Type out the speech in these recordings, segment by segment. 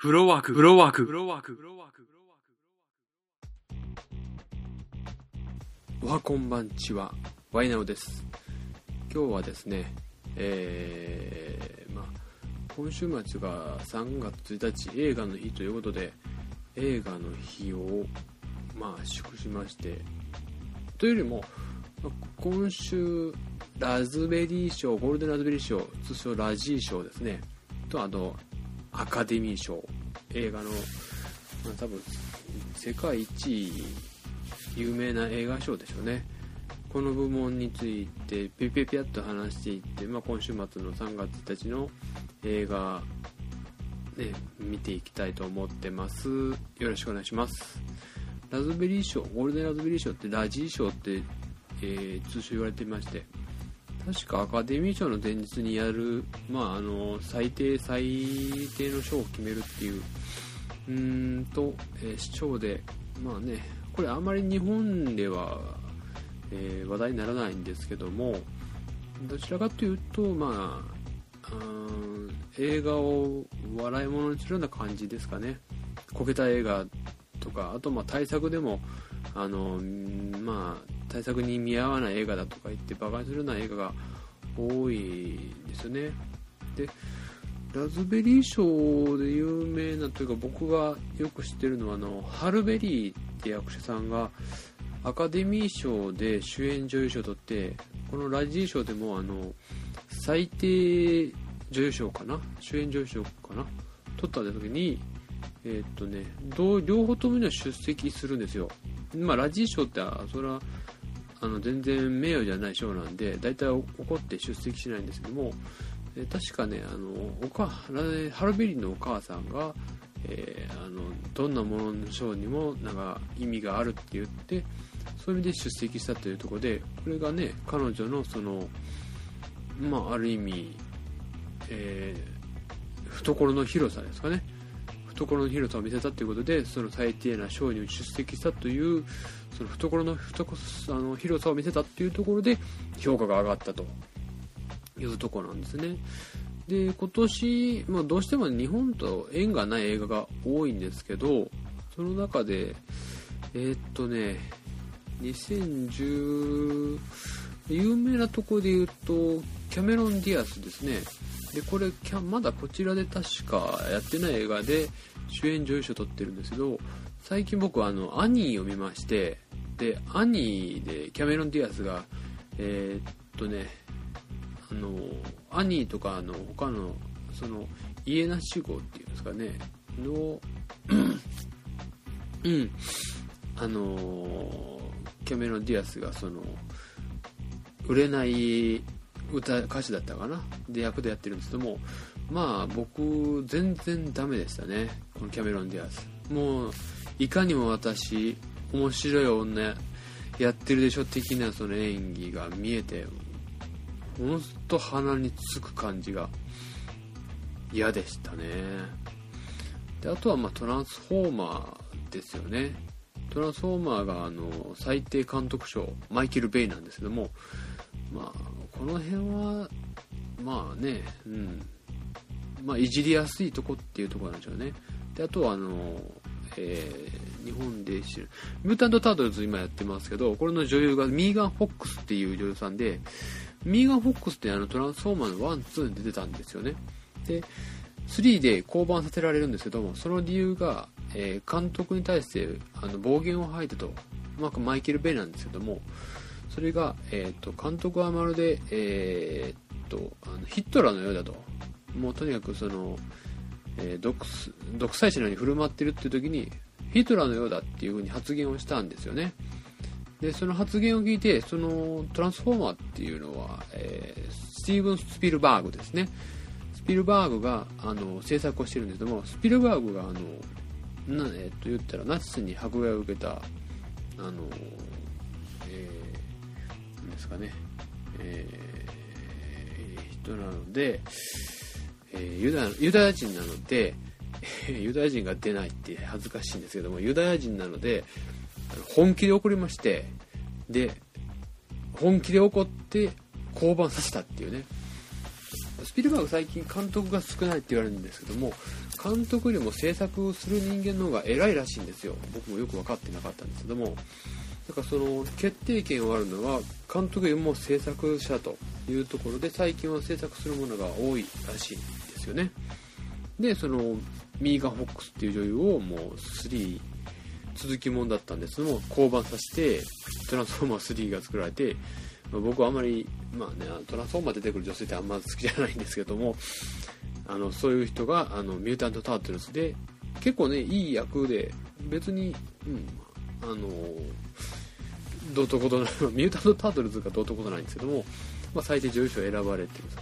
フロワーク、フロワーク、フロワーク、フロワーク。おはこんばんちは、ワイナオです。今日はですね、今週末が3月1日映画の日ということで、映画の日を祝しまして、というよりも今週ラズベリー賞、ゴールデンラズベリー賞、通称ラジー賞ですね、とアカデミー賞、映画の、多分世界一有名な映画賞でしょうね。この部門についてピピピャッと話していって、今週末の3月1日の映画、見ていきたいと思ってます。よろしくお願いします。ラズベリー賞、ゴールデンラズベリー賞ってラジー賞って、通称言われていまして、確かアカデミー賞の前日にやる、最低の賞を決めるっていう賞で、これあまり日本では、話題にならないんですけども、どちらかというと映画を笑い物にするような感じですかね。こけた映画とか、あと大作でも大作に見合わない映画だとか言ってバカにするような映画が多いですよね。で、ラズベリー賞で有名なというか、僕がよく知ってるのはハルベリーって役者さんがアカデミー賞で主演女優賞を取って、このラジー賞でも最低女優賞かな、主演女優賞かな、取った時に両方ともには出席するんですよ。ラジー賞ってそれは全然名誉じゃない賞なんで、だいたい怒って出席しないんですけども、確かね、ハルベリーのお母さんが、どんなものの賞にも意味があるって言って、そういう意味で出席したというところで、これがね、彼女のある意味、懐の広さですかね、懐の広さを見せたということで、その最低な賞に出席したという、その懐の広さを見せたというところで評価が上がったというところなんですね。で、今年、どうしても日本と縁がない映画が多いんですけど、その中で2010有名なところで言うとキャメロン・ディアスですね。で、これまだこちらで確かやってない映画で主演女優賞を取ってるんですけど、最近僕はアニーを見まして、でアニーでキャメロン・ディアスがアニーとか他の家なし号っていうんですかねのキャメロン・ディアスが売れない歌手だったかなで役でやってるんですけども、僕全然ダメでしたね、このキャメロン・ディアス。もういかにも私面白い女やってるでしょ的な演技が見えて、ほんと鼻につく感じが嫌でしたね。で、あとはトランスフォーマーですよね。トランスフォーマーが最低監督賞、マイケル・ベイなんですけども、この辺はいじりやすいとこっていうところなんでしょうね。で、あとは日本で知るミュータント・タートルズ今やってますけど、これの女優がミーガン・フォックスっていう女優さんで、ミーガン・フォックスってトランスフォーマーの1、2に出てたんですよね。で、3で降板させられるんですけども、その理由が、監督に対して暴言を吐いてと、マイケル・ベイなんですけども、それが、監督はまるで、ヒットラーのようだと、もうとにかく独裁者のように振る舞ってるっていう時にヒトラーのようだっていう風に発言をしたんですよね。で、その発言を聞いて、トランスフォーマーっていうのは、スティーブン・スピルバーグですね。スピルバーグが制作をしてるんですけども、スピルバーグが言ったらナチスに迫害を受けたなんですかね、人なので、ユダヤ人なのでユダヤ人が出ないって恥ずかしいんですけども、ユダヤ人なので本気で怒りまして、で本気で怒って降板させたっていうね。 スピルバーグ最近監督が少ないって言われるんですけども、監督よりも制作をする人間の方が偉いらしいんですよ。僕もよく分かってなかったんですけども、だからその決定権をあるのは監督よりも制作者というところで、最近は制作するものが多いらしいんですよね。でそのミーガン・フォックスっていう女優をもう3続きもんだったんですけども、降板させてトランスフォーマー3が作られて、僕はあんまり、トランスフォーマー出てくる女性ってあんま好きじゃないんですけども、そういう人がミュータント・タートルズで結構ねいい役で、別に、どうとことないミュータント・タートルズがどうとことないんですけども、最低女優賞選ばれてるんです。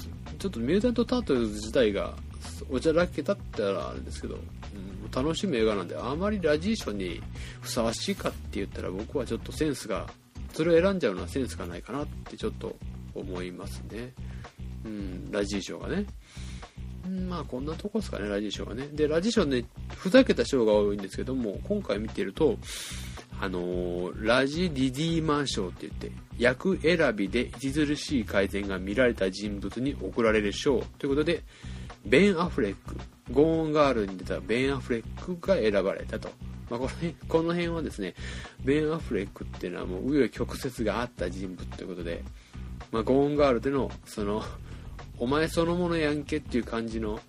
ちょっとミュータント・タートルズ自体がおちゃらけたって言ったらあれですけど、楽しむ映画なんで、あまりラジー賞にふさわしいかって言ったら、僕はちょっとセンスが、それを選んじゃうのはセンスがないかなってちょっと思いますね。ラジー賞がね。こんなとこですかね、ラジー賞がね。でラジー賞ね、ふざけた賞が多いんですけども、今回見てるとラジリディーマー賞って言って、役選びで著しい改善が見られた人物に贈られる賞ということで、ベン・アフレック、ゴーンガールに出たベン・アフレックが選ばれたと。この辺はですね、ベン・アフレックっていうのはもう紆余曲折があった人物ということで、ゴーンガールでのそのお前そのものやんけっていう感じの、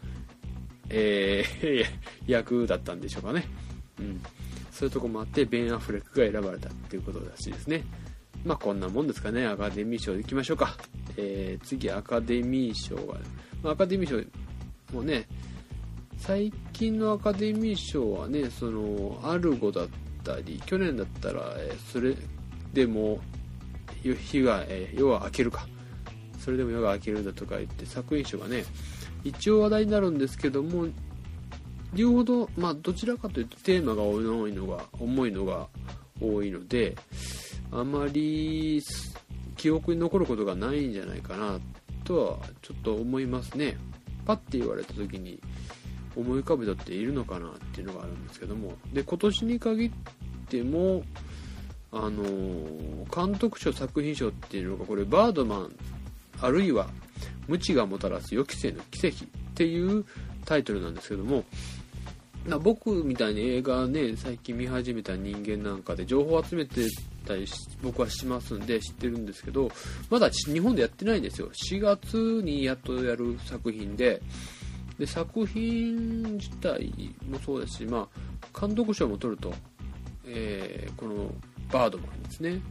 役だったんでしょうかね。そういうとこもあってベン・アフレックが選ばれたっていうことらしいですね。こんなもんですかね。アカデミー賞いきましょうか。次アカデミー賞が、アカデミー賞もね、最近のアカデミー賞はね、そのアルゴだったり、去年だったらそれでも夜は明けるか、それでも夜が明けるだとか言って作品賞がね一応話題になるんですけども、両方とどちらかというとテーマが重いのが多いので、あまり記憶に残ることがないんじゃないかなとはちょっと思いますね。パッて言われた時に思い浮かべたっているのかなっていうのがあるんですけども、で今年に限っても監督賞作品賞っていうのが、これバードマンあるいは無知がもたらす予期せぬ奇跡っていうタイトルなんですけども、僕みたいに映画ね最近見始めた人間なんかで情報を集めてたり僕はしますんで知ってるんですけど、まだ日本でやってないんですよ。4月にやっとやる作品で作品自体もそうですし、監督賞も取ると、このバードマンですね。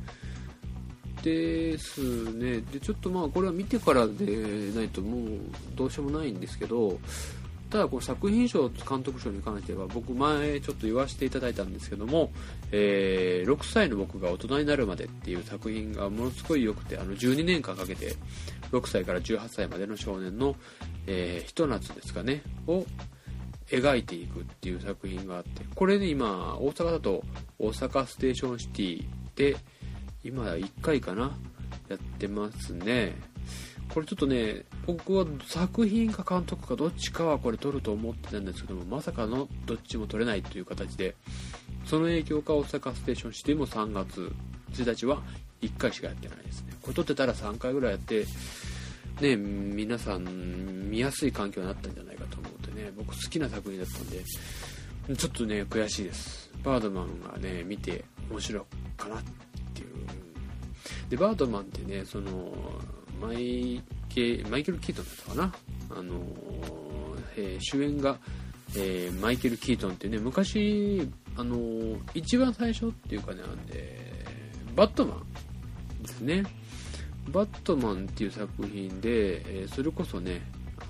ですね。でちょっとこれは見てからでないともうどうしようもないんですけど、ただこの作品賞監督賞に関しては僕前ちょっと言わせていただいたんですけども、6歳の僕が大人になるまでっていう作品がものすごい良くて、12年間かけて6歳から18歳までの少年の、ひと夏ですかねを描いていくっていう作品があって、これね今大阪だと大阪ステーションシティで今1回かなやってますね。これちょっとね、僕は作品か監督かどっちかはこれ撮ると思ってたんですけども、まさかのどっちも撮れないという形で、その影響か大阪ステーションシティも3月1日は1回しかやってないですね。これ撮ってたら3回ぐらいやってね、皆さん見やすい環境になったんじゃないかと思ってね、僕好きな作品だったんでちょっとね悔しいです。バードマンがね見て面白いかなっていう。でバードマンってね、そのマイケル・キートンだったかな、主演が、マイケル・キートンっていうね、昔一番最初っていうかね、バットマンですね。バットマンっていう作品で、それこそね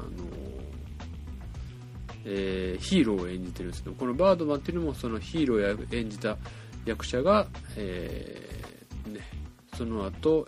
ヒーローを演じてるんですけど、このバードマンっていうのもそのヒーローを演じた役者が、その後、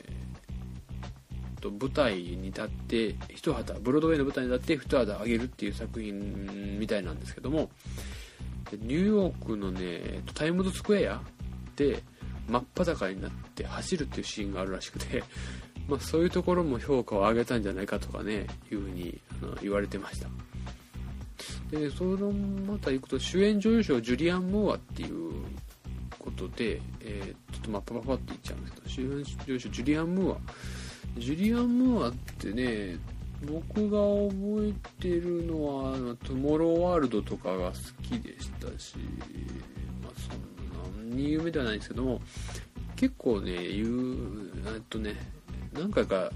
舞台に立って一旗、ブロードウェイの舞台に立って一旗あげるっていう作品みたいなんですけども、ニューヨークのねタイムズスクエアで真っ裸になって走るっていうシーンがあるらしくて、そういうところも評価を上げたんじゃないかとかねいうふうに言われてました。でそのまた行くと主演女優賞ジュリアン・モーアっていうことで、ちょっとパパって言っちゃうんですけど、主演女優賞ジュリアン・モーアってね僕が覚えてるのはトゥモローワールドとかが好きでしたし、まあそんなに有名ではないんですけども、結構ね何回か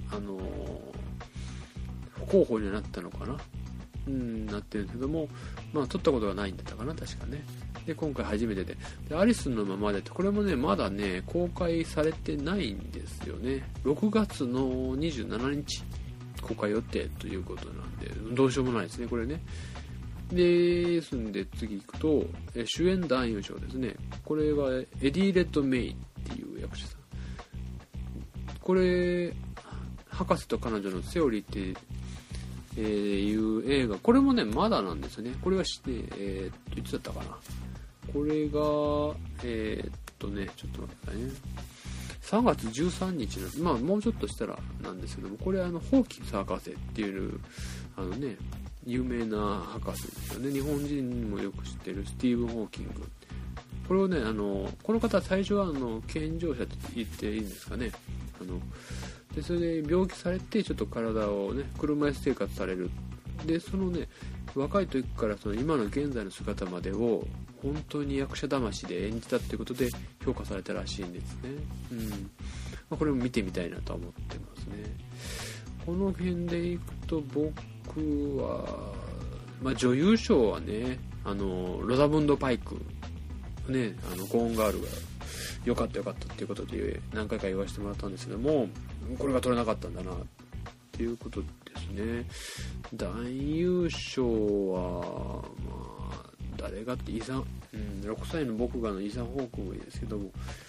候補にはなったのかな、なってるんですけども、まあ撮ったことがないんだったかな、確かね。で今回初めてでアリスのままでって、これもねまだね公開されてないんですよね。6月の27日公開予定ということなんで、どうしようもないですねこれね。ですんで次行くと、主演男優賞ですね。これはエディ・レッドメインっていう役者さん。これ博士と彼女のセオリーっていう映画、これもねまだなんですよね。これはいつだったかな、これがちょっと待ってくださいね。3月13日の、まあもうちょっとしたらなんですけども、これホーキンス博士っていう有名な博士ですよね。日本人もよく知ってるスティーブン・ホーキング。これをねこの方は最初は健常者と言っていいんですかね。でそれで病気されてちょっと体をね車椅子生活される。でそのね若い時から今の現在の姿までを本当に役者魂で演じたっていうことで評価されたらしいんですね。まあ、これも見てみたいなとは思ってますね。この辺でいくと僕は、まあ、女優賞はねロザムンド・パイクね、ゴーンガールがよかったっていうことで何回か言わせてもらったんですけども、これが取れなかったんだなっていうことですね。男優賞はまあ誰がって6歳の僕がイーサン・ホークもいいですけども、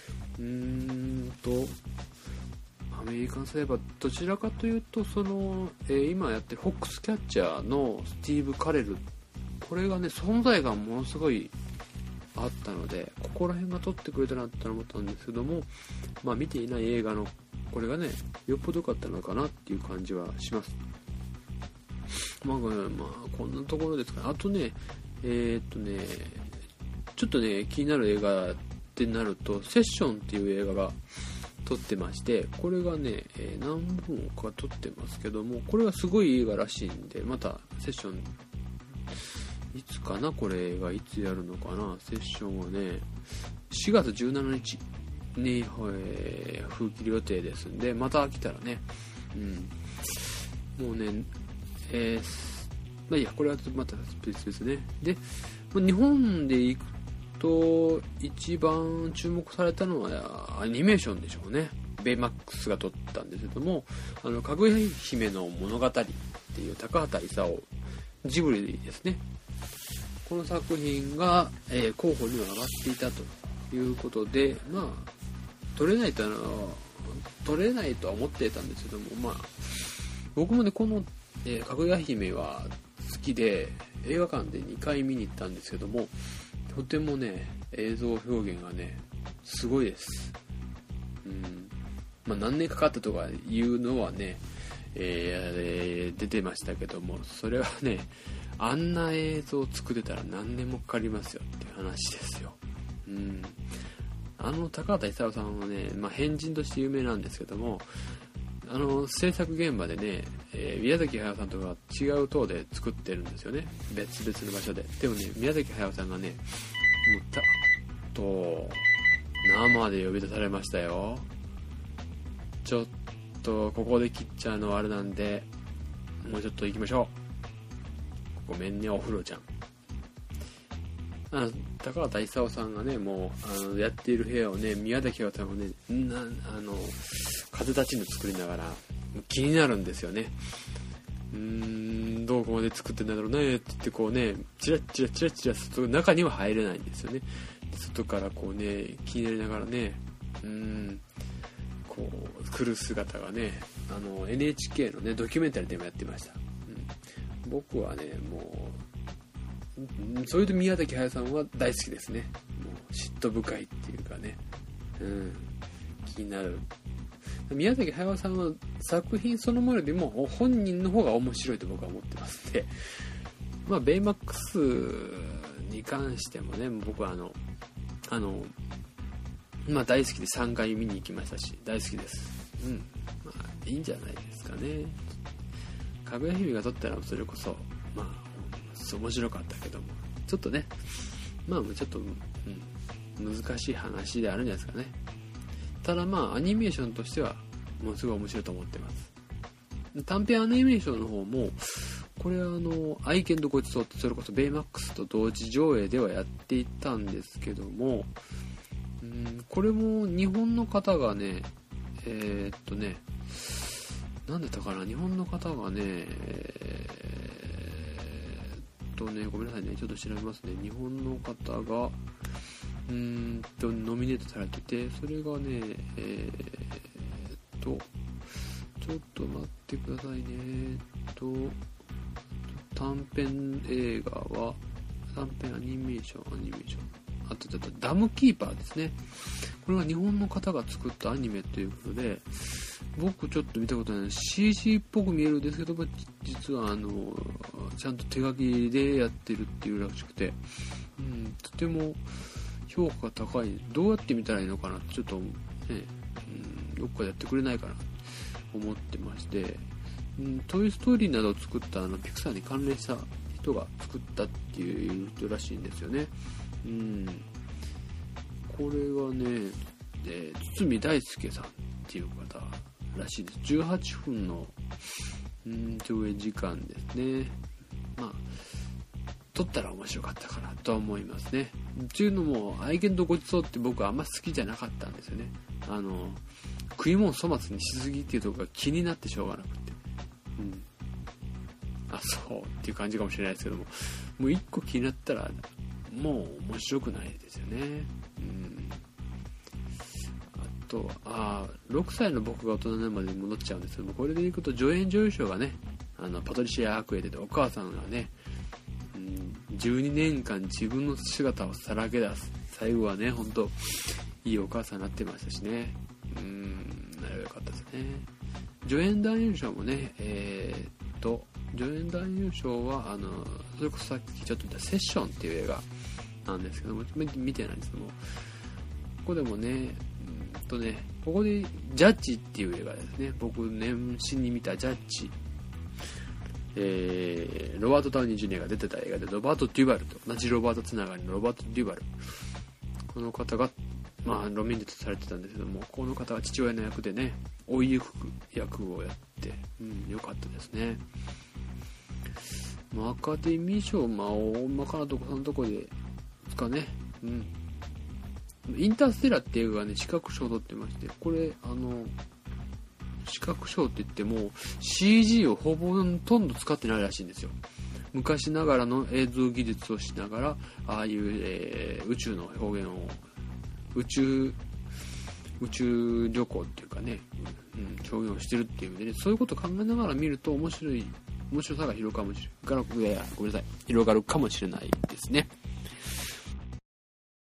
アメリカンサイバーどちらかというと今やってるフォックスキャッチャーのスティーブ・カレル、これがね存在感ものすごいあったので、ここら辺が撮ってくれたなって思ったんですけども、まあ見ていない映画のこれがねよっぽど良かったのかなっていう感じはします。まあこんなところですか。あとねちょっとね気になる映画ってなるとセッションっていう映画が撮ってまして、これがね、何本か撮ってますけども、これはすごい映画らしいんで、またセッションいつかな、これがいつやるのかな。セッションはね4月17日に、封切り予定ですんで、また来たらね、もうねまあいいや、これはまた別ですね。で日本で行くと一番注目されたのはアニメーションでしょうね。ベイマックスが撮ったんですけども、かぐや姫の物語っていう高畑勲ジブリですね。この作品が、候補には上がっていたということで、まあ撮れないとは思っていたんですけども、まあ僕もねこの、かぐや姫は好きで映画館で2回見に行ったんですけども、とてもね映像表現がねすごいです。まあ何年かかったとかいうのはね、出てましたけども、それはねあんな映像を作れたら何年もかかりますよっていう話ですよ。高畑勲さんはね、まあ、変人として有名なんですけども、制作現場でね、宮崎駿さんとか違う塔で作ってるんですよね、別々の場所で。でもね宮崎駿さんがね生で呼び出されましたよ。ちょっとここで切っちゃうのはあれなんで、もうちょっと行きましょう。ごめんねお風呂ちゃん。高畑勲さんがねもうやっている部屋をね宮崎駿さんがね風立ちぬ作りながら気になるんですよね。どこまで作ってんだろうねって言ってこうねチラッ外中には入れないんですよね。外からこうね気になりながらねこう来る姿がねNHK のねドキュメンタリーでもやってました。僕はねもうそういうと宮崎駿さんは大好きですね。もう嫉妬深いっていうかね、気になる。宮崎駿さんは作品そのものよりも本人の方が面白いと僕は思ってますんで、まあベイマックスに関してもね僕はまあ大好きで3回見に行きましたし大好きです。まあいいんじゃないですかね。 かぐや姫が撮ったらそれこそまあ面白かったけども、ちょっとねまあちょっと、難しい話であるんじゃないですかね。ただまあアニメーションとしてはものすごい面白いと思ってます。短編アニメーションの方もこれ愛犬とごちそうってそれこそベイマックスと同時上映ではやっていたんですけども、これも日本の方がねなんだったかな、日本の方がねごめんなさいね、ちょっと調べますね。日本の方がノミネートされてて、それがねちょっと待ってくださいね。短編映画は短編アニメーションあとダムキーパーですね。これは日本の方が作ったアニメということで、僕ちょっと見たことない CG っぽく見えるんですけども、実はちゃんと手書きでやってるっていうらしくて、とても評価が高い。どうやって見たらいいのかな、ちょっとね、どっかでやってくれないかなと思ってまして、トイストーリーなどを作ったピクサーに関連した人が作ったっていう人らしいんですよね。これはね、堤大輔さんっていう方らしいです。18分の上映時間ですね。まあ撮ったら面白かったかなと思いますね。っていうのも愛犬とごちそうって僕はあんま好きじゃなかったんですよね。食い物粗末にしすぎっていうところが気になってしょうがなくて、そうっていう感じかもしれないですけども、もう一個気になったらもう面白くないですよね。あと6歳の僕が大人になるまでに戻っちゃうんですけども、これでいくと助演女優賞がねパトリシア・アクエデでお母さんがね、12年間自分の姿をさらけ出す、最後はね本当いいお母さんになってましたしね。なればよかったですね。助演男優賞もね助演男優賞はそれこそさっきちょっと言ったセッションっていう映画なんですけども、見てないんですけども、ここでもねここでジャッジっていう映画ですね。僕年始に見たジャッジ、ロバート・ダウニー・ジュニアが出てた映画で、ロバート・デュバルと同じロバートつながりのロバート・デュバル、この方がノミネートされてたんですけども、この方は父親の役でね追いゆく役をやって、よかったですね。アカデミー賞大まかなとこそのとこですかね。インターステラーっていう映画がね視覚賞を取ってまして、これ視覚賞って言っても CG をほとんど使ってないらしいんですよ。昔ながらの映像技術をしながらああいう、宇宙の表現を宇宙旅行っていうかね、表現をしてるっていう意味でね、そういうことを考えながら見ると面白さが広がるかもしれないですね。